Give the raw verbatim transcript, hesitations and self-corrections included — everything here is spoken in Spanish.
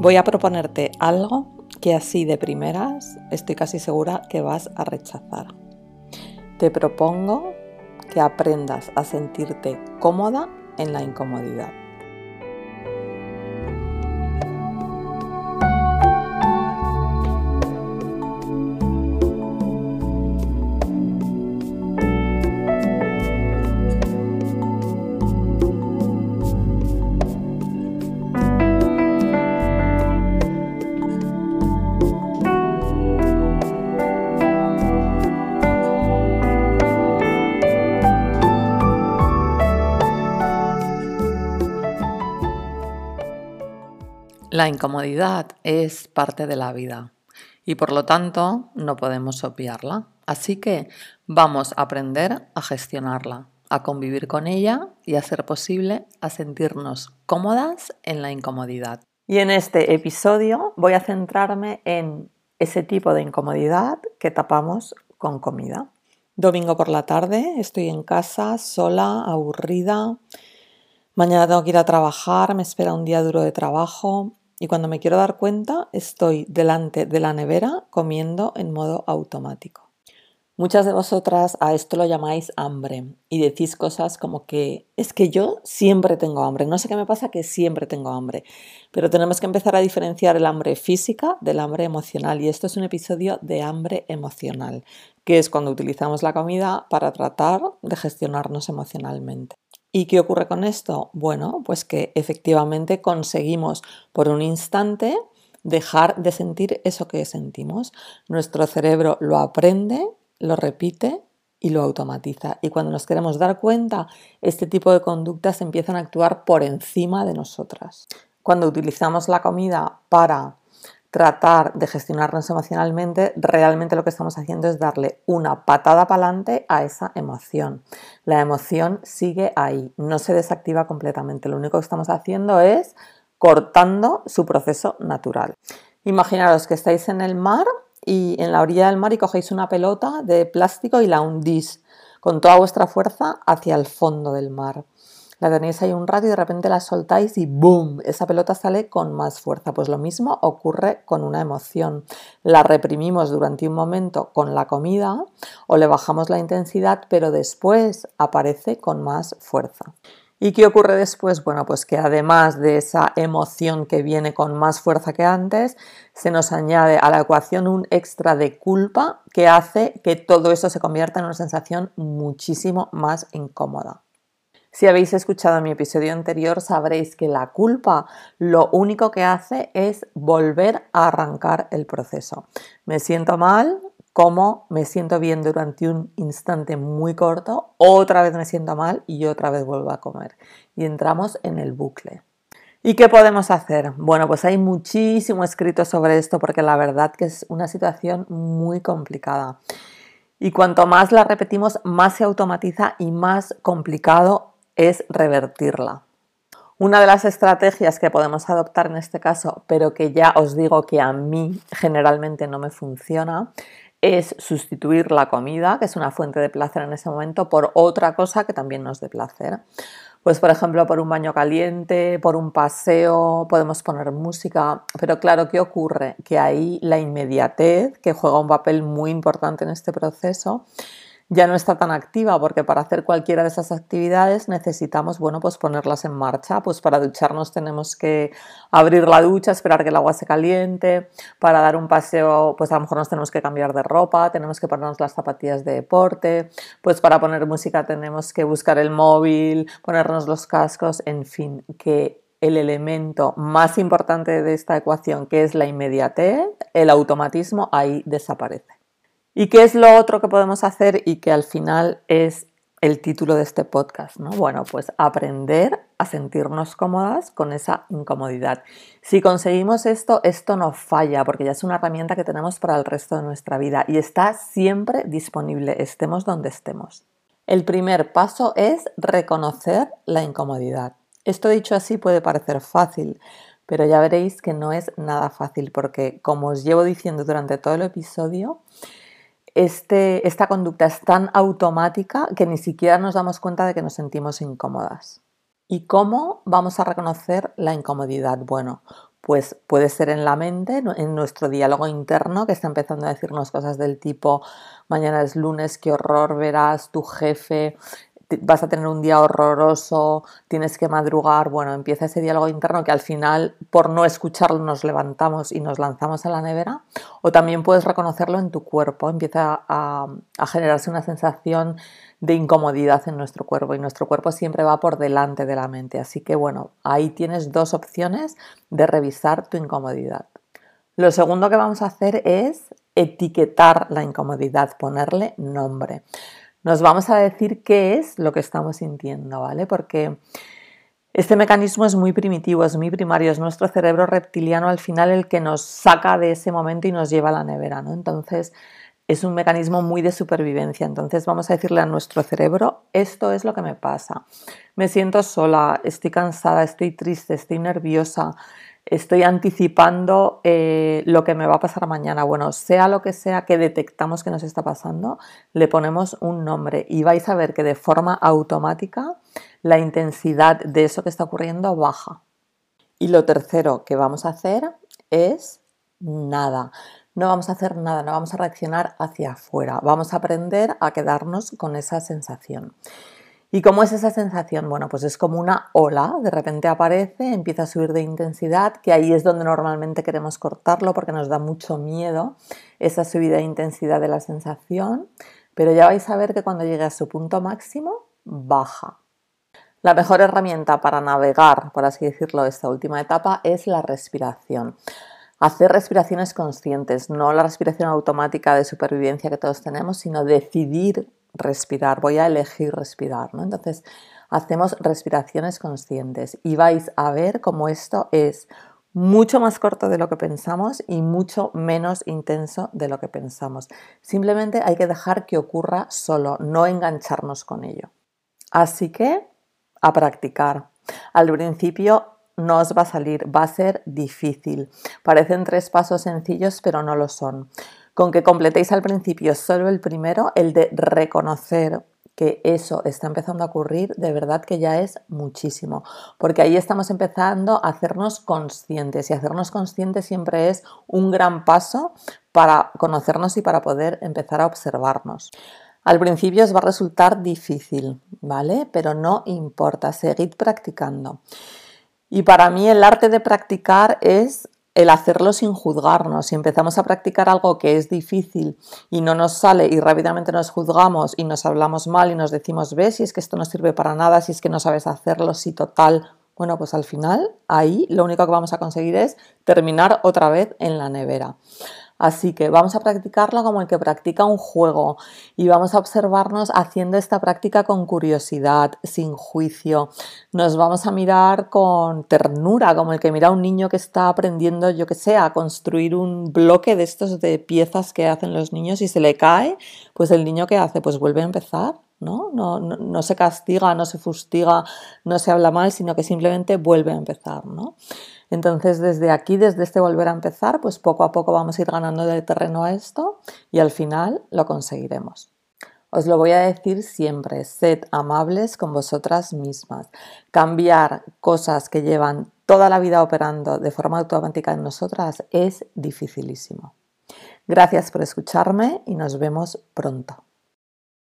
Voy a proponerte algo que así de primeras estoy casi segura que vas a rechazar. Te propongo que aprendas a sentirte cómoda en la incomodidad. La incomodidad es parte de la vida y por lo tanto no podemos obviarla. Así que vamos a aprender a gestionarla, a convivir con ella y a ser posible a sentirnos cómodas en la incomodidad. Y en este episodio voy a centrarme en ese tipo de incomodidad que tapamos con comida. Domingo por la tarde, estoy en casa, sola, aburrida. Mañana tengo que ir a trabajar, me espera un día duro de trabajo. Y cuando me quiero dar cuenta, estoy delante de la nevera comiendo en modo automático. Muchas de vosotras a esto lo llamáis hambre y decís cosas como que es que yo siempre tengo hambre. No sé qué me pasa, que siempre tengo hambre. Pero tenemos que empezar a diferenciar el hambre física del hambre emocional. Y esto es un episodio de hambre emocional, que es cuando utilizamos la comida para tratar de gestionarnos emocionalmente. ¿Y qué ocurre con esto? Bueno, pues que efectivamente conseguimos por un instante dejar de sentir eso que sentimos. Nuestro cerebro lo aprende, lo repite y lo automatiza. Y cuando nos queremos dar cuenta, este tipo de conductas empiezan a actuar por encima de nosotras. Cuando utilizamos la comida para tratar de gestionarnos emocionalmente, realmente lo que estamos haciendo es darle una patada para adelante a esa emoción. La emoción sigue ahí, no se desactiva completamente. Lo único que estamos haciendo es cortando su proceso natural. Imaginaros que estáis en el mar y en la orilla del mar y cogéis una pelota de plástico y la hundís con toda vuestra fuerza hacia el fondo del mar. La tenéis ahí un rato y de repente la soltáis y ¡boom! Esa pelota sale con más fuerza. Pues lo mismo ocurre con una emoción. La reprimimos durante un momento con la comida o le bajamos la intensidad, pero después aparece con más fuerza. ¿Y qué ocurre después? Bueno, pues que además de esa emoción que viene con más fuerza que antes, se nos añade a la ecuación un extra de culpa que hace que todo eso se convierta en una sensación muchísimo más incómoda. Si habéis escuchado mi episodio anterior, sabréis que la culpa lo único que hace es volver a arrancar el proceso. Me siento mal, como, me siento bien durante un instante muy corto, otra vez me siento mal y otra vez vuelvo a comer. Y entramos en el bucle. ¿Y qué podemos hacer? Bueno, pues hay muchísimo escrito sobre esto porque la verdad que es una situación muy complicada. Y cuanto más la repetimos, más se automatiza y más complicado es revertirla. Una de las estrategias que podemos adoptar en este caso, pero que ya os digo que a mí generalmente no me funciona, es sustituir la comida, que es una fuente de placer en ese momento, por otra cosa que también nos dé placer. Pues por ejemplo, por un baño caliente, por un paseo, podemos poner música, pero claro, ¿qué ocurre? Que ahí la inmediatez, que juega un papel muy importante en este proceso, ya no está tan activa, porque para hacer cualquiera de esas actividades necesitamos, bueno, pues ponerlas en marcha. Pues para ducharnos tenemos que abrir la ducha, esperar que el agua se caliente. Para dar un paseo, pues a lo mejor nos tenemos que cambiar de ropa, tenemos que ponernos las zapatillas de deporte. Pues para poner música tenemos que buscar el móvil, ponernos los cascos, en fin, que el elemento más importante de esta ecuación, que es la inmediatez, el automatismo, ahí desaparece. ¿Y qué es lo otro que podemos hacer y que al final es el título de este podcast, ¿no? Bueno, pues aprender a sentirnos cómodas con esa incomodidad. Si conseguimos esto, esto no falla porque ya es una herramienta que tenemos para el resto de nuestra vida y está siempre disponible, estemos donde estemos. El primer paso es reconocer la incomodidad. Esto dicho así puede parecer fácil, pero ya veréis que no es nada fácil porque, como os llevo diciendo durante todo el episodio, Este, esta conducta es tan automática que ni siquiera nos damos cuenta de que nos sentimos incómodas. ¿Y cómo vamos a reconocer la incomodidad? Bueno, Pues puede ser en la mente, en nuestro diálogo interno, que está empezando a decirnos cosas del tipo: mañana es lunes, qué horror, verás, tu jefe, vas a tener un día horroroso, tienes que madrugar. Bueno, empieza ese diálogo interno que al final, por no escucharlo, nos levantamos y nos lanzamos a la nevera. O también puedes reconocerlo en tu cuerpo, empieza a, a generarse una sensación de incomodidad en nuestro cuerpo, y nuestro cuerpo siempre va por delante de la mente. Así que bueno, ahí tienes dos opciones de revisar tu incomodidad. Lo segundo que vamos a hacer es etiquetar la incomodidad, ponerle nombre. Nos vamos a decir qué es lo que estamos sintiendo, ¿vale? Porque este mecanismo es muy primitivo, es muy primario, es nuestro cerebro reptiliano al final el que nos saca de ese momento y nos lleva a la nevera, ¿no? Entonces, es un mecanismo muy de supervivencia. Entonces vamos a decirle a nuestro cerebro: esto es lo que me pasa. Me siento sola, estoy cansada, estoy triste, estoy nerviosa, estoy anticipando eh, lo que me va a pasar mañana. Bueno, sea lo que sea que detectamos que nos está pasando, le ponemos un nombre y vais a ver que de forma automática la intensidad de eso que está ocurriendo baja. Y lo tercero que vamos a hacer es nada. No vamos a hacer nada, no vamos a reaccionar hacia afuera. Vamos a aprender a quedarnos con esa sensación. ¿Y cómo es esa sensación? Bueno, pues es como una ola, de repente aparece, empieza a subir de intensidad, que ahí es donde normalmente queremos cortarlo porque nos da mucho miedo esa subida de intensidad de la sensación, pero ya vais a ver que cuando llegue a su punto máximo, baja. La mejor herramienta para navegar, por así decirlo, esta última etapa es la respiración. Hacer respiraciones conscientes, no la respiración automática de supervivencia que todos tenemos, sino decidir respirar. Voy a elegir respirar, ¿no? Entonces, hacemos respiraciones conscientes y vais a ver cómo esto es mucho más corto de lo que pensamos y mucho menos intenso de lo que pensamos. Simplemente hay que dejar que ocurra solo, no engancharnos con ello. Así que, a practicar. Al principio no os va a salir, va a ser difícil. Parecen tres pasos sencillos, pero no lo son. Con que completéis al principio solo el primero, el de reconocer que eso está empezando a ocurrir, de verdad que ya es muchísimo, porque ahí estamos empezando a hacernos conscientes, y hacernos conscientes siempre es un gran paso para conocernos y para poder empezar a observarnos. Al principio os va a resultar difícil, ¿vale? Pero no importa, seguid practicando. Y para mí el arte de practicar es el hacerlo sin juzgarnos. Si empezamos a practicar algo que es difícil y no nos sale y rápidamente nos juzgamos y nos hablamos mal y nos decimos: ves, si es que esto no sirve para nada, si es que no sabes hacerlo, si total... Bueno, pues al final ahí lo único que vamos a conseguir es terminar otra vez en la nevera. Así que vamos a practicarlo como el que practica un juego y vamos a observarnos haciendo esta práctica con curiosidad, sin juicio. Nos vamos a mirar con ternura, como el que mira a un niño que está aprendiendo, yo que sé, a construir un bloque de estos de piezas que hacen los niños y se le cae, pues el niño ¿qué hace? Pues vuelve a empezar. ¿No? No, no, no se castiga, no se fustiga, no se habla mal, sino que simplemente vuelve a empezar, ¿no? Entonces, desde aquí, desde este volver a empezar, pues poco a poco vamos a ir ganando de terreno a esto y al final lo conseguiremos. Os lo voy a decir siempre: sed amables con vosotras mismas. Cambiar cosas que llevan toda la vida operando de forma automática en nosotras es dificilísimo. Gracias por escucharme y nos vemos pronto.